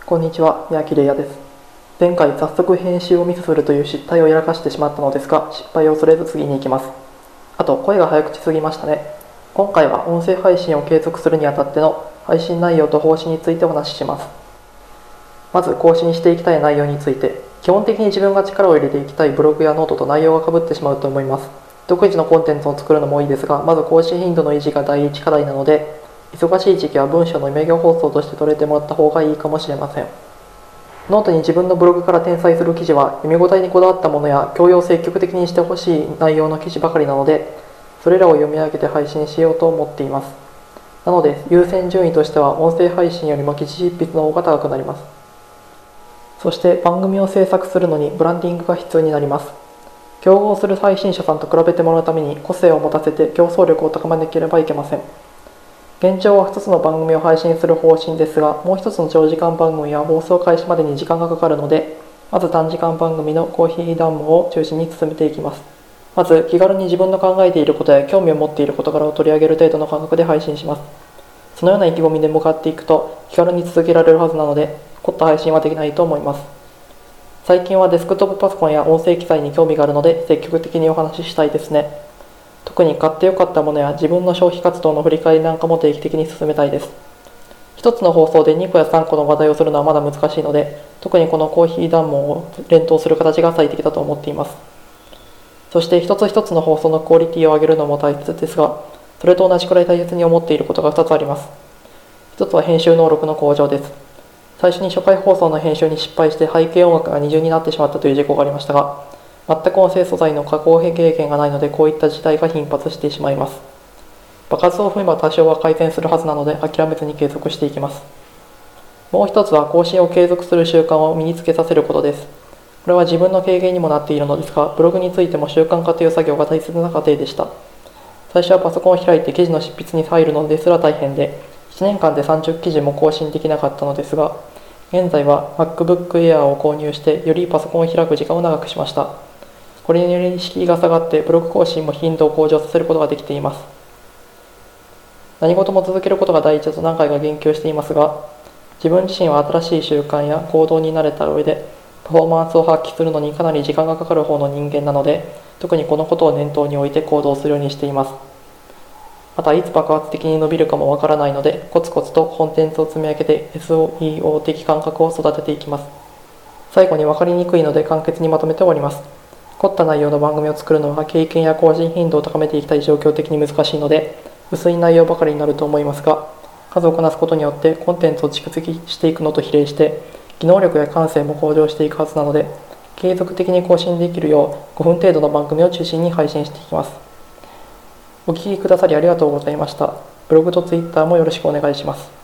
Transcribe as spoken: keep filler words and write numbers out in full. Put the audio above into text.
こんにちは、三宅玲也です。前回早速編集をミスするという失態をやらかしてしまったのですが、失敗を恐れず次に行きます。あと、声が早口すぎましたね。今回は音声配信を継続するにあたっての配信内容と方針についてお話しします。まず更新していきたい内容について、基本的に自分が力を入れていきたいブログやノートと内容が被ってしまうと思います。独自のコンテンツを作るのもいいですが、まず更新頻度の維持が第一課題なので、忙しい時期は文章の名言放送として取れてもらった方がいいかもしれません。ノートに自分のブログから転載する記事は読み応えにこだわったものや教養を積極的にしてほしい内容の記事ばかりなので、それらを読み上げて配信しようと思っています。なので優先順位としては音声配信よりも記事執筆の方が高くなります。そして番組を制作するのにブランディングが必要になります。競合する配信者さんと比べてもらうために個性を持たせて競争力を高めなければいけません。現状はふたつの番組を配信する方針ですが、もうひとつの長時間番組は放送開始までに時間がかかるので、まず短時間番組のコーヒーダムを中心に進めていきます。まず気軽に自分の考えていることや興味を持っている事柄を取り上げる程度の感覚で配信します。そのような意気込みで向かっていくと気軽に続けられるはずなので、凝った配信はできないと思います。最近はデスクトップパソコンや音声機材に興味があるので積極的にお話ししたいですね。特に買ってよかったものや自分の消費活動の振り返りなんかも定期的に進めたいです。一つの放送でにこやさんこの話題をするのはまだ難しいので、特にこのコーヒー談問を連投する形が最適だと思っています。そして一つ一つの放送のクオリティを上げるのも大切ですが、それと同じくらい大切に思っていることがふたつあります。一つは編集能力の向上です。最初に初回放送の編集に失敗して背景音楽が二重になってしまったという事故がありましたが、全く音声素材の加工経験がないのでこういった事態が頻発してしまいます。場数を踏めば多少は改善するはずなので諦めずに継続していきます。もう一つは更新を継続する習慣を身につけさせることです。これは自分の軽減にもなっているのですが、ブログについても習慣化という作業が大切な過程でした。最初はパソコンを開いて記事の執筆に入るのですら大変で、いちねんかんでさんじゅっきじも更新できなかったのですが、現在は MacBook Air を購入してよりパソコンを開く時間を長くしました。これにより敷居が下がってブログ更新も頻度を向上させることができています。何事も続けることが第一だと何回か言及していますが、自分自身は新しい習慣や行動に慣れた上でパフォーマンスを発揮するのにかなり時間がかかる方の人間なので、特にこのことを念頭に置いて行動するようにしています。またいつ爆発的に伸びるかもわからないので、コツコツとコンテンツを積み上げて エスイーオー 的感覚を育てていきます。最後に分かりにくいので簡潔にまとめて終わります。凝った内容の番組を作るのは経験や更新頻度を高めていきたい状況的に難しいので、薄い内容ばかりになると思いますが、数をこなすことによってコンテンツを蓄積していくのと比例して技能力や感性も向上していくはずなので、継続的に更新できるようごふん程度の番組を中心に配信していきます。お聞きくださりありがとうございました。ブログとツイッターもよろしくお願いします。